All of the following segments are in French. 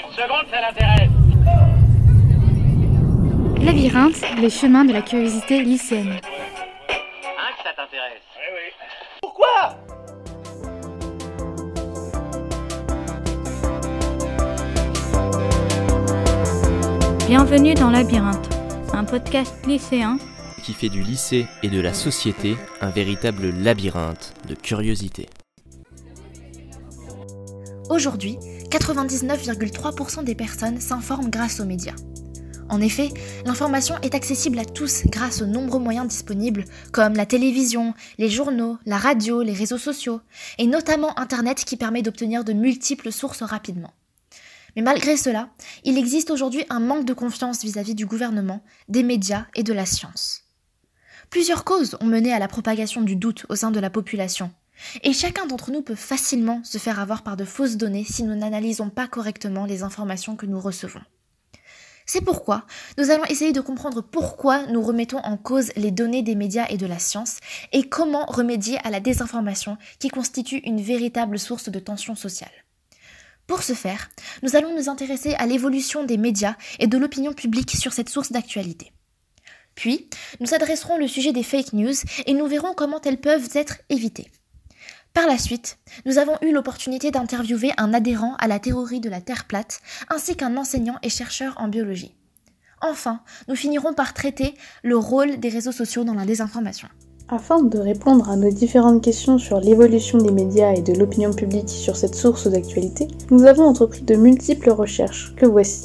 seconde, ça l'intéresse. Labyrinthe, les chemins de la curiosité lycéenne. Hein, que ça t'intéresse? Oui. Pourquoi? Bienvenue dans Labyrinthe, un podcast lycéen qui fait du lycée et de la société un véritable labyrinthe de curiosité. Aujourd'hui, 99,3% des personnes s'informent grâce aux médias. En effet, l'information est accessible à tous grâce aux nombreux moyens disponibles comme la télévision, les journaux, la radio, les réseaux sociaux, et notamment Internet qui permet d'obtenir de multiples sources rapidement. Mais malgré cela, il existe aujourd'hui un manque de confiance vis-à-vis du gouvernement, des médias et de la science. Plusieurs causes ont mené à la propagation du doute au sein de la population, et chacun d'entre nous peut facilement se faire avoir par de fausses données si nous n'analysons pas correctement les informations que nous recevons. C'est pourquoi nous allons essayer de comprendre pourquoi nous remettons en cause les données des médias et de la science et comment remédier à la désinformation qui constitue une véritable source de tension sociale. Pour ce faire, nous allons nous intéresser à l'évolution des médias et de l'opinion publique sur cette source d'actualité. Puis, nous adresserons le sujet des fake news et nous verrons comment elles peuvent être évitées. Par la suite, nous avons eu l'opportunité d'interviewer un adhérent à la théorie de la Terre plate, ainsi qu'un enseignant et chercheur en biologie. Enfin, nous finirons par traiter le rôle des réseaux sociaux dans la désinformation. Afin de répondre à nos différentes questions sur l'évolution des médias et de l'opinion publique sur cette source d'actualité, nous avons entrepris de multiples recherches que voici.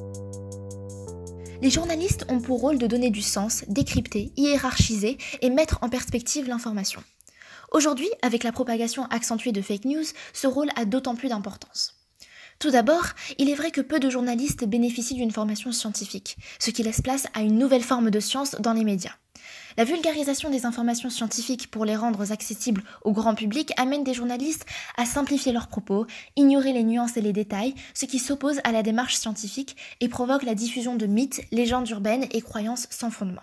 Les journalistes ont pour rôle de donner du sens, décrypter, hiérarchiser et mettre en perspective l'information. Aujourd'hui, avec la propagation accentuée de fake news, ce rôle a d'autant plus d'importance. Tout d'abord, il est vrai que peu de journalistes bénéficient d'une formation scientifique, ce qui laisse place à une nouvelle forme de science dans les médias. La vulgarisation des informations scientifiques pour les rendre accessibles au grand public amène des journalistes à simplifier leurs propos, ignorer les nuances et les détails, ce qui s'oppose à la démarche scientifique et provoque la diffusion de mythes, légendes urbaines et croyances sans fondement.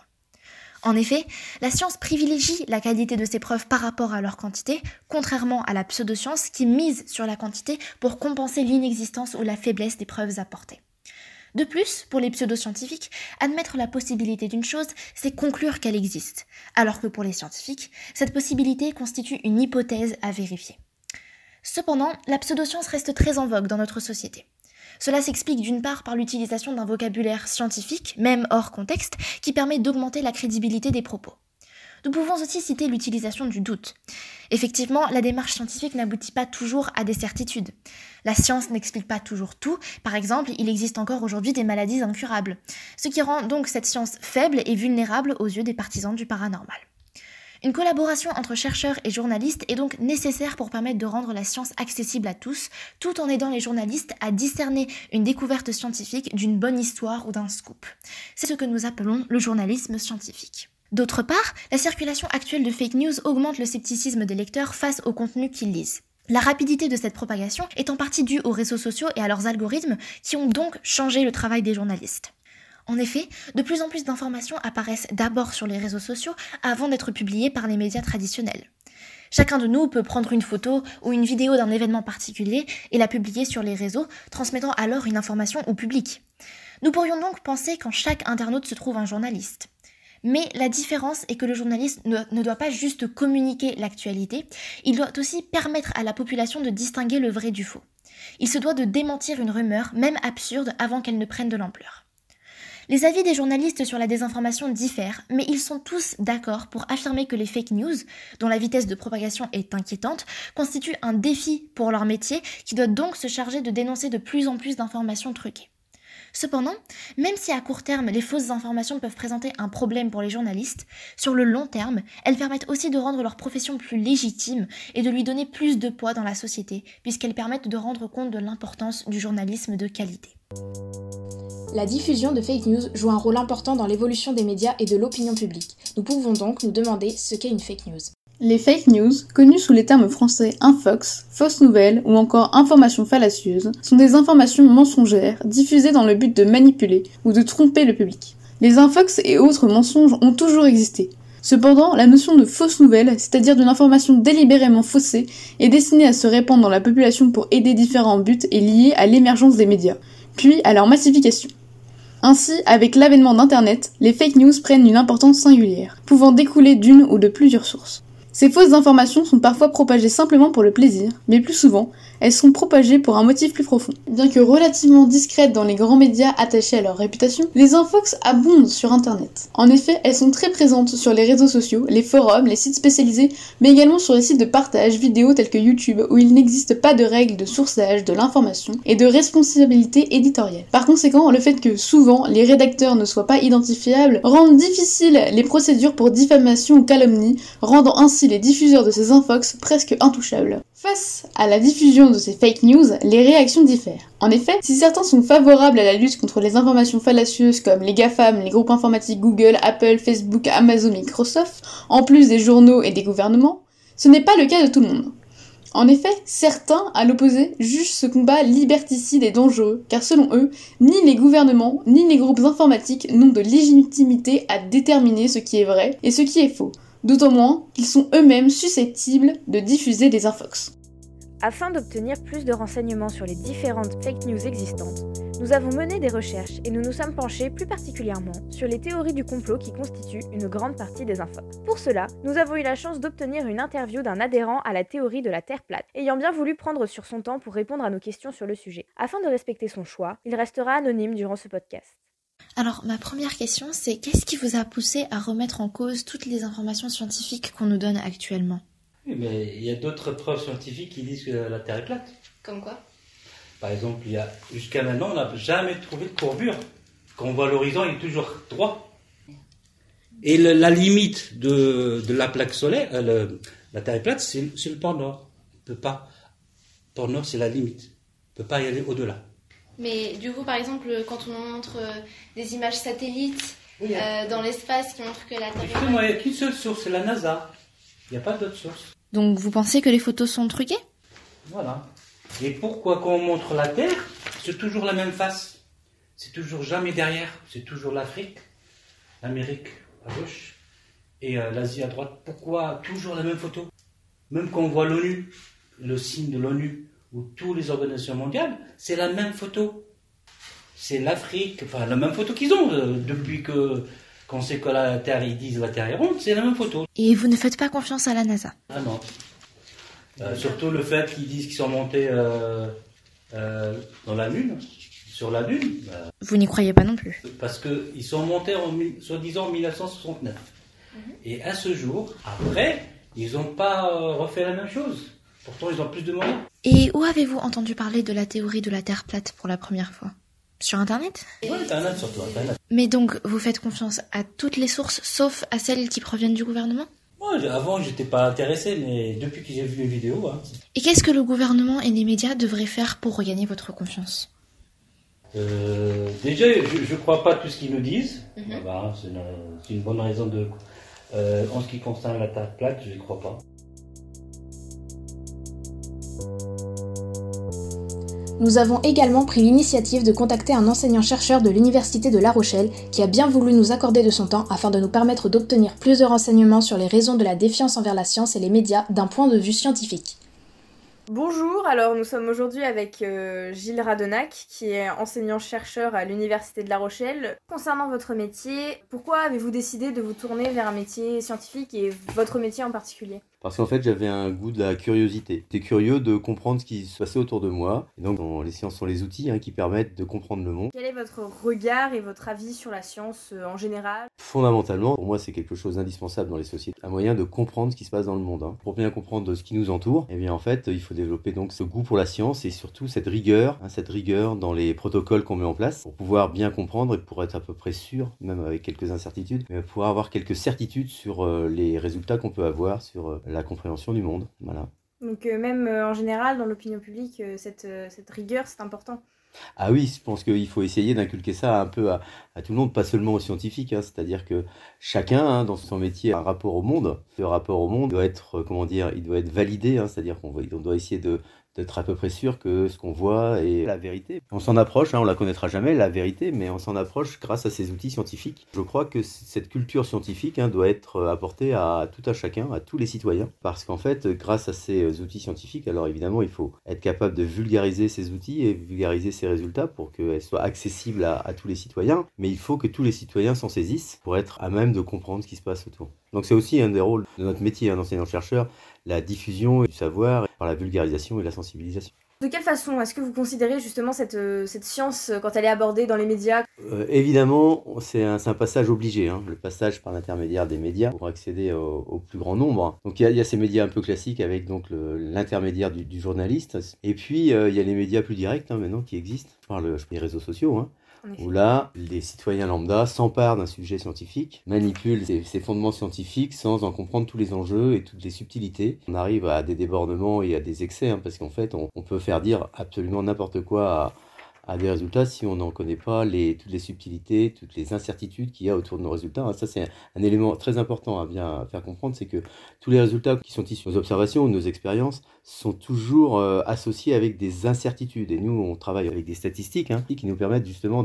En effet, la science privilégie la qualité de ses preuves par rapport à leur quantité, contrairement à la pseudoscience qui mise sur la quantité pour compenser l'inexistence ou la faiblesse des preuves apportées. De plus, pour les pseudoscientifiques, admettre la possibilité d'une chose, c'est conclure qu'elle existe, alors que pour les scientifiques, cette possibilité constitue une hypothèse à vérifier. Cependant, la pseudoscience reste très en vogue dans notre société. Cela s'explique d'une part par l'utilisation d'un vocabulaire scientifique, même hors contexte, qui permet d'augmenter la crédibilité des propos. Nous pouvons aussi citer l'utilisation du doute. Effectivement, la démarche scientifique n'aboutit pas toujours à des certitudes. La science n'explique pas toujours tout. Par exemple, il existe encore aujourd'hui des maladies incurables, ce qui rend donc cette science faible et vulnérable aux yeux des partisans du paranormal. Une collaboration entre chercheurs et journalistes est donc nécessaire pour permettre de rendre la science accessible à tous, tout en aidant les journalistes à discerner une découverte scientifique d'une bonne histoire ou d'un scoop. C'est ce que nous appelons le journalisme scientifique. D'autre part, la circulation actuelle de fake news augmente le scepticisme des lecteurs face au contenu qu'ils lisent. La rapidité de cette propagation est en partie due aux réseaux sociaux et à leurs algorithmes qui ont donc changé le travail des journalistes. En effet, de plus en plus d'informations apparaissent d'abord sur les réseaux sociaux avant d'être publiées par les médias traditionnels. Chacun de nous peut prendre une photo ou une vidéo d'un événement particulier et la publier sur les réseaux, transmettant alors une information au public. Nous pourrions donc penser qu'en chaque internaute se trouve un journaliste. Mais la différence est que le journaliste ne doit pas juste communiquer l'actualité, il doit aussi permettre à la population de distinguer le vrai du faux. Il se doit de démentir une rumeur, même absurde, avant qu'elle ne prenne de l'ampleur. Les avis des journalistes sur la désinformation diffèrent, mais ils sont tous d'accord pour affirmer que les fake news, dont la vitesse de propagation est inquiétante, constituent un défi pour leur métier qui doit donc se charger de dénoncer de plus en plus d'informations truquées. Cependant, même si à court terme les fausses informations peuvent présenter un problème pour les journalistes, sur le long terme, elles permettent aussi de rendre leur profession plus légitime et de lui donner plus de poids dans la société, puisqu'elles permettent de rendre compte de l'importance du journalisme de qualité. La diffusion de fake news joue un rôle important dans l'évolution des médias et de l'opinion publique. Nous pouvons donc nous demander ce qu'est une fake news. Les fake news, connues sous les termes français infox, fausses nouvelles ou encore informations fallacieuses, sont des informations mensongères diffusées dans le but de manipuler ou de tromper le public. Les infox et autres mensonges ont toujours existé. Cependant, la notion de fausse nouvelle, c'est-à-dire d'une information délibérément faussée, est destinée à se répandre dans la population pour aider différents buts et liée à l'émergence des médias, puis à leur massification. Ainsi, avec l'avènement d'Internet, les fake news prennent une importance singulière, pouvant découler d'une ou de plusieurs sources. Ces fausses informations sont parfois propagées simplement pour le plaisir, mais plus souvent, elles sont propagées pour un motif plus profond. Bien que relativement discrètes dans les grands médias attachés à leur réputation, les infox abondent sur Internet. En effet, elles sont très présentes sur les réseaux sociaux, les forums, les sites spécialisés, mais également sur les sites de partage vidéo tels que YouTube, où il n'existe pas de règles de sourçage de l'information et de responsabilité éditoriale. Par conséquent, le fait que souvent les rédacteurs ne soient pas identifiables rend difficiles les procédures pour diffamation ou calomnie, rendant ainsi les diffuseurs de ces infox presque intouchables. Face à la diffusion de ces fake news, les réactions diffèrent. En effet, si certains sont favorables à la lutte contre les informations fallacieuses comme les GAFAM, les groupes informatiques Google, Apple, Facebook, Amazon, Microsoft, en plus des journaux et des gouvernements, ce n'est pas le cas de tout le monde. En effet, certains, à l'opposé, jugent ce combat liberticide et dangereux, car selon eux, ni les gouvernements, ni les groupes informatiques n'ont de légitimité à déterminer ce qui est vrai et ce qui est faux. D'autant moins qu'ils sont eux-mêmes susceptibles de diffuser des infox. Afin d'obtenir plus de renseignements sur les différentes fake news existantes, nous avons mené des recherches et nous nous sommes penchés plus particulièrement sur les théories du complot qui constituent une grande partie des infox. Pour cela, nous avons eu la chance d'obtenir une interview d'un adhérent à la théorie de la Terre plate, ayant bien voulu prendre sur son temps pour répondre à nos questions sur le sujet. Afin de respecter son choix, il restera anonyme durant ce podcast. Alors, ma première question, c'est qu'est-ce qui vous a poussé à remettre en cause toutes les informations scientifiques qu'on nous donne actuellement ? Oui, mais il y a d'autres preuves scientifiques qui disent que la Terre est plate. Comme quoi ? Par exemple, jusqu'à maintenant, on n'a jamais trouvé de courbure. Quand on voit l'horizon, il est toujours droit. Et la limite de la plaque solaire, la Terre est plate, c'est le pôle Nord. On peut pas. Le pôle Nord, c'est la limite. On ne peut pas y aller au-delà. Mais du coup, par exemple, quand on montre des images satellites dans l'espace qui montrent que la Terre est plate... Il n'y a qu'une seule source, c'est la NASA. Il n'y a pas d'autre source. Donc vous pensez que les photos sont truquées ? Voilà. Et pourquoi quand on montre la Terre, c'est toujours la même face ? C'est toujours jamais derrière. C'est toujours l'Afrique, l'Amérique à gauche et l'Asie à droite. Pourquoi toujours la même photo ? Même quand on voit l'ONU, le signe de l'ONU, ou toutes les organisations mondiales, c'est la même photo. C'est l'Afrique, enfin la même photo qu'ils ont depuis qu'on sait que la Terre, ils disent la Terre est ronde, c'est la même photo. Et vous ne faites pas confiance à la NASA ? Ah non. Surtout le fait qu'ils disent qu'ils sont montés dans la Lune, sur la Lune. Vous n'y croyez pas non plus ? Parce qu'ils sont montés soi-disant en 1969. Et à ce jour, après, ils n'ont pas refait la même chose. Pourtant, ils ont plus de moyens. Et où avez-vous entendu parler de la théorie de la Terre plate pour la première fois ? Sur Internet ? Oui, Internet surtout, Internet. Mais donc, vous faites confiance à toutes les sources, sauf à celles qui proviennent du gouvernement ? Moi, avant, j'étais pas intéressé, mais depuis que j'ai vu les vidéos... Et qu'est-ce que le gouvernement et les médias devraient faire pour regagner votre confiance ? Déjà, je crois pas tout ce qu'ils nous disent. C'est une bonne raison de... en ce qui concerne la Terre plate, je ne crois pas. Nous avons également pris l'initiative de contacter un enseignant-chercheur de l'Université de La Rochelle qui a bien voulu nous accorder de son temps afin de nous permettre d'obtenir plus de renseignements sur les raisons de la défiance envers la science et les médias d'un point de vue scientifique. Bonjour, alors nous sommes aujourd'hui avec Gilles Radenac, qui est enseignant-chercheur à l'Université de La Rochelle. Concernant votre métier, pourquoi avez-vous décidé de vous tourner vers un métier scientifique et votre métier en particulier ? Parce qu'en fait, j'avais un goût de la curiosité. J'étais curieux de comprendre ce qui se passait autour de moi. Et donc, les sciences sont les outils qui permettent de comprendre le monde. Quel est votre regard et votre avis sur la science en général ? Fondamentalement, pour moi, c'est quelque chose d'indispensable dans les sociétés. Un moyen de comprendre ce qui se passe dans le monde. Pour bien comprendre ce qui nous entoure, eh bien, en fait, il faut développer donc ce goût pour la science et surtout cette rigueur dans les protocoles qu'on met en place pour pouvoir bien comprendre et pour être à peu près sûr, même avec quelques incertitudes, mais pouvoir avoir quelques certitudes sur les résultats qu'on peut avoir sur la compréhension du monde. Voilà. Donc même en général, dans l'opinion publique, cette rigueur, c'est important. Ah oui, je pense qu'il faut essayer d'inculquer ça un peu à tout le monde, pas seulement aux scientifiques. C'est-à-dire que chacun, dans son métier, a un rapport au monde. Ce rapport au monde doit être, il doit être validé. C'est-à-dire qu'on doit essayer de d'être à peu près sûr que ce qu'on voit est la vérité. On s'en approche, on la connaîtra jamais, la vérité, mais on s'en approche grâce à ces outils scientifiques. Je crois que cette culture scientifique doit être apportée à tout un chacun, à tous les citoyens, parce qu'en fait, grâce à ces outils scientifiques, alors évidemment, il faut être capable de vulgariser ces outils et vulgariser ces résultats pour qu'elles soient accessibles à tous les citoyens, mais il faut que tous les citoyens s'en saisissent pour être à même de comprendre ce qui se passe autour. Donc c'est aussi un des rôles de notre métier d'enseignant-chercheur, la diffusion du savoir par la vulgarisation et la sensibilisation. De quelle façon est-ce que vous considérez justement cette science quand elle est abordée dans les médias ? Évidemment, c'est un passage obligé, le passage par l'intermédiaire des médias pour accéder au plus grand nombre. Donc il y a ces médias un peu classiques avec donc l'intermédiaire du journaliste, et puis il y a les médias plus directs maintenant qui existent. Je parle des réseaux sociaux, où là, les citoyens lambda s'emparent d'un sujet scientifique, manipulent ces fondements scientifiques sans en comprendre tous les enjeux et toutes les subtilités. On arrive à des débordements et à des excès, parce qu'en fait, on peut faire dire absolument n'importe quoi à des résultats si on n'en connaît pas toutes les subtilités, toutes les incertitudes qu'il y a autour de nos résultats. Ça, c'est un élément très important à bien faire comprendre, c'est que tous les résultats qui sont issus de nos observations ou de nos expériences sont toujours associés avec des incertitudes. Et nous, on travaille avec des statistiques qui nous permettent justement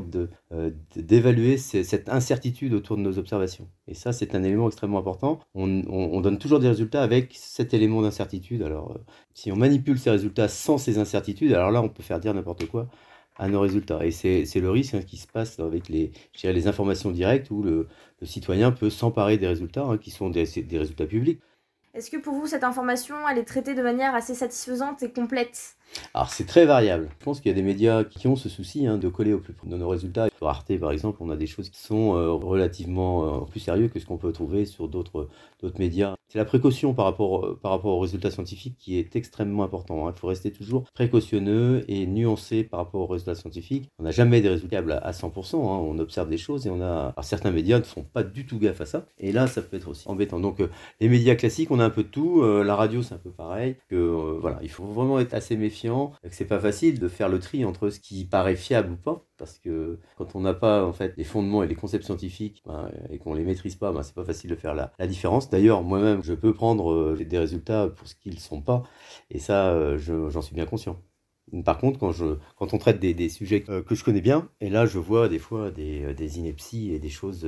d'évaluer cette incertitude autour de nos observations. Et ça, c'est un élément extrêmement important. On donne toujours des résultats avec cet élément d'incertitude. Alors, si on manipule ces résultats sans ces incertitudes, alors là, on peut faire dire n'importe quoi à nos résultats. Et c'est le risque qui se passe avec les informations directes où le citoyen peut s'emparer des résultats qui sont des résultats publics. Est-ce que pour vous, cette information, elle est traitée de manière assez satisfaisante et complète ? Alors c'est très variable. Je pense qu'il y a des médias qui ont ce souci de coller au plus près de nos résultats. Sur Arte par exemple, on a des choses qui sont relativement plus sérieuses que ce qu'on peut trouver sur d'autres médias. C'est la précaution par rapport aux résultats scientifiques qui est extrêmement important. Il faut rester toujours précautionneux et nuancé par rapport aux résultats scientifiques. On n'a jamais des résultats à 100%. On observe des choses et alors, certains médias ne font pas du tout gaffe à ça. Et là, ça peut être aussi embêtant. Donc les médias classiques, on a un peu de tout. La radio, c'est un peu pareil. Voilà, il faut vraiment être assez méfiant. Que c'est pas facile de faire le tri entre ce qui paraît fiable ou pas, parce que quand on n'a pas en fait les fondements et les concepts scientifiques et qu'on les maîtrise pas, c'est pas facile de faire la différence. D'ailleurs, moi-même, je peux prendre des résultats pour ce qu'ils sont pas, et ça, j'en suis bien conscient. Par contre, quand on traite des sujets que je connais bien, et là, je vois des fois des inepties et des choses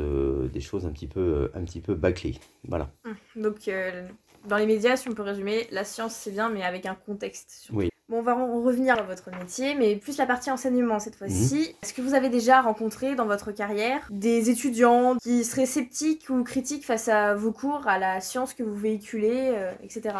un petit peu bâclées. Voilà. Donc, dans les médias, si on peut résumer, la science c'est bien, mais avec un contexte. Surtout. Oui. Bon, on va revenir à votre métier, mais plus la partie enseignement cette fois-ci. Est-ce que vous avez déjà rencontré dans votre carrière des étudiants qui seraient sceptiques ou critiques face à vos cours, à la science que vous véhiculez, etc.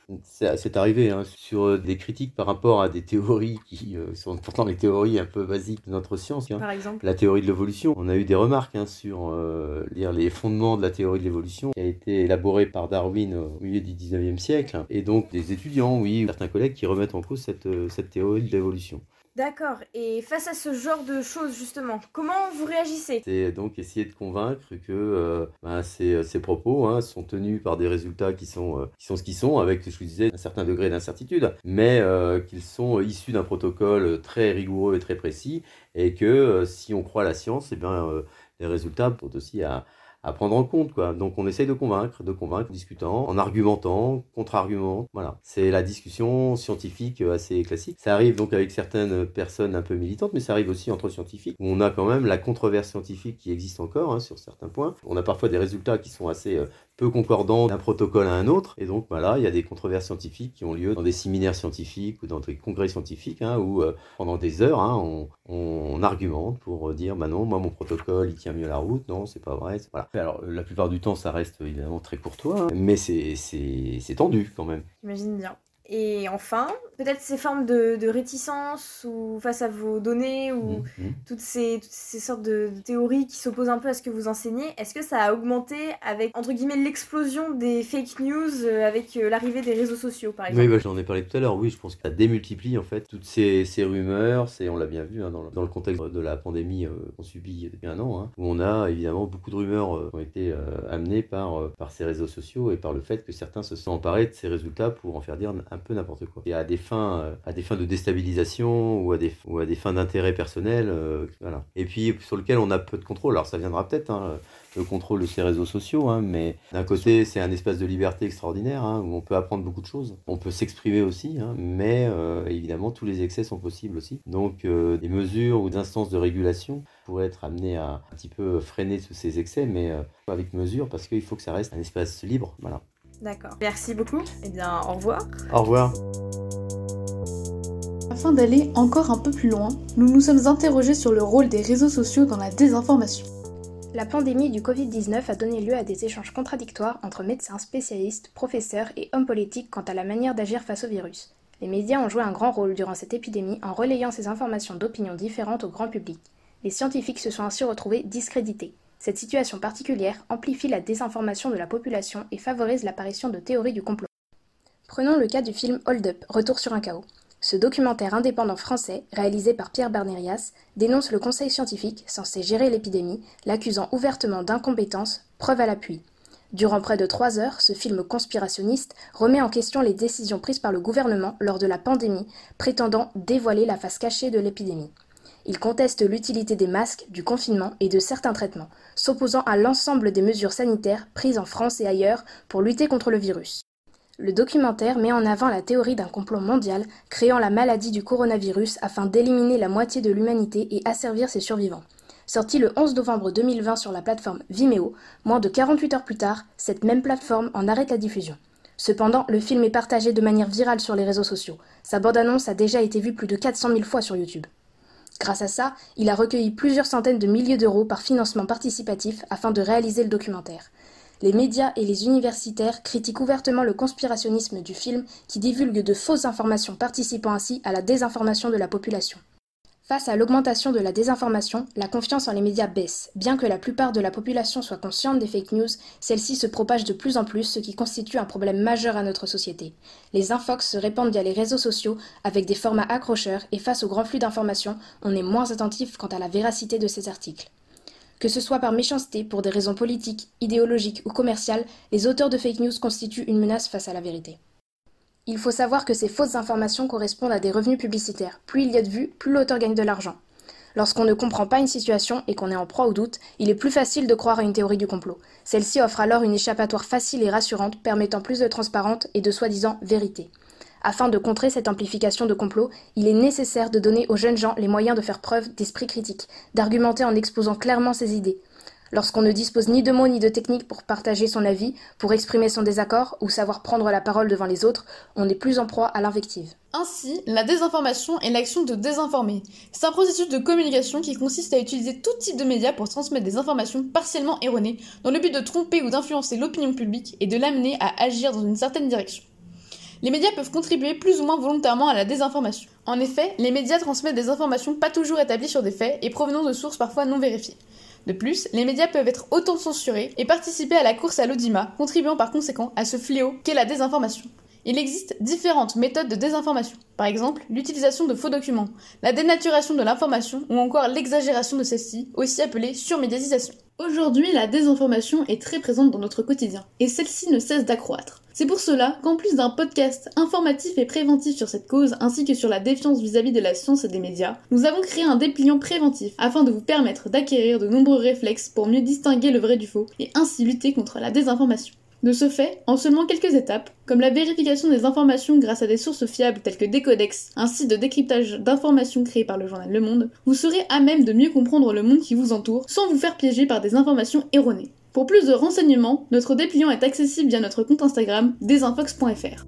C'est arrivé sur des critiques par rapport à des théories qui sont pourtant les théories un peu basiques de notre science. Par exemple, la théorie de l'évolution. On a eu des remarques sur les fondements de la théorie de l'évolution qui a été élaborée par Darwin au milieu du 19e siècle. Et donc des étudiants, certains collègues qui remettent en cause cette théorie de l'évolution. D'accord. Et face à ce genre de choses, justement, comment vous réagissez ? C'est donc essayer de convaincre que ces propos sont tenus par des résultats qui sont ce qu'ils sont, avec, je vous disais, un certain degré d'incertitude, mais qu'ils sont issus d'un protocole très rigoureux et très précis, et que si on croit à la science, les résultats sont aussi à prendre en compte, quoi. Donc on essaye de convaincre, en discutant, en argumentant, contre-argument. Voilà. C'est la discussion scientifique assez classique. Ça arrive donc avec certaines personnes un peu militantes, mais ça arrive aussi entre scientifiques, où on a quand même la controverse scientifique qui existe encore sur certains points. On a parfois des résultats qui sont assez peu concordants d'un protocole à un autre, et donc il y a des controverses scientifiques qui ont lieu dans des séminaires scientifiques ou dans des congrès scientifiques, où pendant des heures, on argumente pour dire non, moi mon protocole il tient mieux la route, non c'est pas vrai, voilà. Alors la plupart du temps ça reste évidemment très courtois, mais c'est tendu quand même. J'imagine bien. Et enfin, peut-être ces formes de réticence ou face à vos données ou toutes ces sortes de théories qui s'opposent un peu à ce que vous enseignez, est-ce que ça a augmenté avec, entre guillemets, l'explosion des fake news avec l'arrivée des réseaux sociaux, par exemple ? Oui, j'en ai parlé tout à l'heure. Oui, je pense que ça démultiplie en fait toutes ces rumeurs. On l'a bien vu dans le contexte de la pandémie qu'on subit depuis un an, où on a évidemment beaucoup de rumeurs qui ont été amenées par ces réseaux sociaux et par le fait que certains se sont emparés de ces résultats pour en faire dire un peu n'importe quoi. Il y a des fins de déstabilisation ou à des fins d'intérêt personnel. Voilà. Et puis sur lequel on a peu de contrôle. Alors ça viendra peut-être, le contrôle de ces réseaux sociaux, mais d'un côté c'est un espace de liberté extraordinaire où on peut apprendre beaucoup de choses. On peut s'exprimer aussi, mais évidemment tous les excès sont possibles aussi. Donc des mesures ou d'instances de régulation pourraient être amenées à un petit peu freiner tous ces excès, mais avec mesure, parce qu'il faut que ça reste un espace libre. Voilà. D'accord. Merci beaucoup. Eh bien, au revoir. Au revoir. Afin d'aller encore un peu plus loin, nous nous sommes interrogés sur le rôle des réseaux sociaux dans la désinformation. La pandémie du Covid-19 a donné lieu à des échanges contradictoires entre médecins, spécialistes, professeurs et hommes politiques quant à la manière d'agir face au virus. Les médias ont joué un grand rôle durant cette épidémie en relayant ces informations d'opinions différentes au grand public. Les scientifiques se sont ainsi retrouvés discrédités. Cette situation particulière amplifie la désinformation de la population et favorise l'apparition de théories du complot. Prenons le cas du film Hold Up, Retour sur un chaos. Ce documentaire indépendant français, réalisé par Pierre Bernérias, dénonce le conseil scientifique, censé gérer l'épidémie, l'accusant ouvertement d'incompétence, preuve à l'appui. Durant près de 3 heures, ce film conspirationniste remet en question les décisions prises par le gouvernement lors de la pandémie, prétendant dévoiler la face cachée de l'épidémie. Il conteste l'utilité des masques, du confinement et de certains traitements, s'opposant à l'ensemble des mesures sanitaires prises en France et ailleurs pour lutter contre le virus. Le documentaire met en avant la théorie d'un complot mondial créant la maladie du coronavirus afin d'éliminer la moitié de l'humanité et asservir ses survivants. Sorti le 11 novembre 2020 sur la plateforme Vimeo, moins de 48 heures plus tard, cette même plateforme en arrête la diffusion. Cependant, le film est partagé de manière virale sur les réseaux sociaux. Sa bande-annonce a déjà été vue plus de 400 000 fois sur YouTube. Grâce à ça, il a recueilli plusieurs centaines de milliers d'euros par financement participatif afin de réaliser le documentaire. Les médias et les universitaires critiquent ouvertement le conspirationnisme du film qui divulgue de fausses informations participant ainsi à la désinformation de la population. Face à l'augmentation de la désinformation, la confiance en les médias baisse. Bien que la plupart de la population soit consciente des fake news, celles-ci se propagent de plus en plus, ce qui constitue un problème majeur à notre société. Les infox se répandent via les réseaux sociaux avec des formats accrocheurs et face au grand flux d'informations, on est moins attentif quant à la véracité de ces articles. Que ce soit par méchanceté, pour des raisons politiques, idéologiques ou commerciales, les auteurs de fake news constituent une menace face à la vérité. Il faut savoir que ces fausses informations correspondent à des revenus publicitaires. Plus il y a de vues, plus l'auteur gagne de l'argent. Lorsqu'on ne comprend pas une situation et qu'on est en proie au doute, il est plus facile de croire à une théorie du complot. Celle-ci offre alors une échappatoire facile et rassurante, permettant plus de transparence et de soi-disant vérité. Afin de contrer cette amplification de complot, il est nécessaire de donner aux jeunes gens les moyens de faire preuve d'esprit critique, d'argumenter en exposant clairement ses idées. Lorsqu'on ne dispose ni de mots ni de techniques pour partager son avis, pour exprimer son désaccord ou savoir prendre la parole devant les autres, on est plus en proie à l'invective. Ainsi, la désinformation est l'action de désinformer. C'est un processus de communication qui consiste à utiliser tout type de médias pour transmettre des informations partiellement erronées dans le but de tromper ou d'influencer l'opinion publique et de l'amener à agir dans une certaine direction. Les médias peuvent contribuer plus ou moins volontairement à la désinformation. En effet, les médias transmettent des informations pas toujours établies sur des faits et provenant de sources parfois non vérifiées. De plus, les médias peuvent être auto-censurés et participer à la course à l'audimat, contribuant par conséquent à ce fléau qu'est la désinformation. Il existe différentes méthodes de désinformation, par exemple l'utilisation de faux documents, la dénaturation de l'information ou encore l'exagération de celle-ci, aussi appelée surmédiatisation. Aujourd'hui, la désinformation est très présente dans notre quotidien, et celle-ci ne cesse d'accroître. C'est pour cela qu'en plus d'un podcast informatif et préventif sur cette cause, ainsi que sur la défiance vis-à-vis de la science et des médias, nous avons créé un dépliant préventif afin de vous permettre d'acquérir de nombreux réflexes pour mieux distinguer le vrai du faux, et ainsi lutter contre la désinformation. De ce fait, en seulement quelques étapes, comme la vérification des informations grâce à des sources fiables telles que Decodex, un site de décryptage d'informations créé par le journal Le Monde, vous serez à même de mieux comprendre le monde qui vous entoure sans vous faire piéger par des informations erronées. Pour plus de renseignements, notre dépliant est accessible via notre compte Instagram desinfox.fr.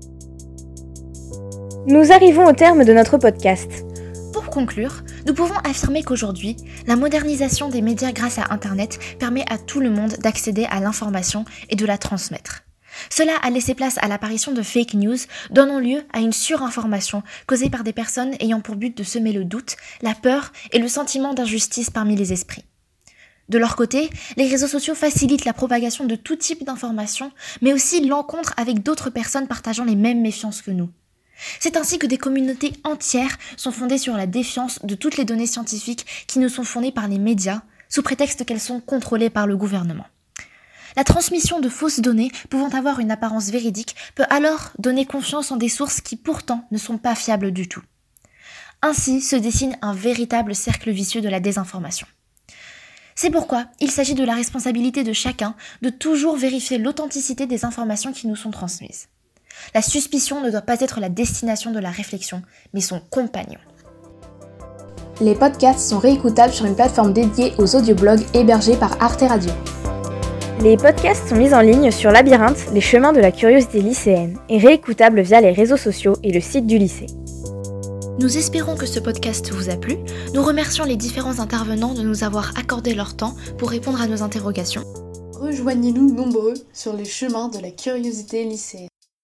Nous arrivons au terme de notre podcast. Pour conclure, nous pouvons affirmer qu'aujourd'hui, la modernisation des médias grâce à Internet permet à tout le monde d'accéder à l'information et de la transmettre. Cela a laissé place à l'apparition de fake news, donnant lieu à une surinformation causée par des personnes ayant pour but de semer le doute, la peur et le sentiment d'injustice parmi les esprits. De leur côté, les réseaux sociaux facilitent la propagation de tout type d'informations, mais aussi l'encontre avec d'autres personnes partageant les mêmes méfiances que nous. C'est ainsi que des communautés entières sont fondées sur la défiance de toutes les données scientifiques qui nous sont fournies par les médias, sous prétexte qu'elles sont contrôlées par le gouvernement. La transmission de fausses données pouvant avoir une apparence véridique peut alors donner confiance en des sources qui pourtant ne sont pas fiables du tout. Ainsi se dessine un véritable cercle vicieux de la désinformation. C'est pourquoi il s'agit de la responsabilité de chacun de toujours vérifier l'authenticité des informations qui nous sont transmises. La suspicion ne doit pas être la destination de la réflexion, mais son compagnon. Les podcasts sont réécoutables sur une plateforme dédiée aux audioblogs hébergés par Arte Radio. Les podcasts sont mis en ligne sur Labyrinthe, les chemins de la curiosité lycéenne, et réécoutables via les réseaux sociaux et le site du lycée. Nous espérons que ce podcast vous a plu. Nous remercions les différents intervenants de nous avoir accordé leur temps pour répondre à nos interrogations. Rejoignez-nous nombreux sur les chemins de la curiosité lycéenne.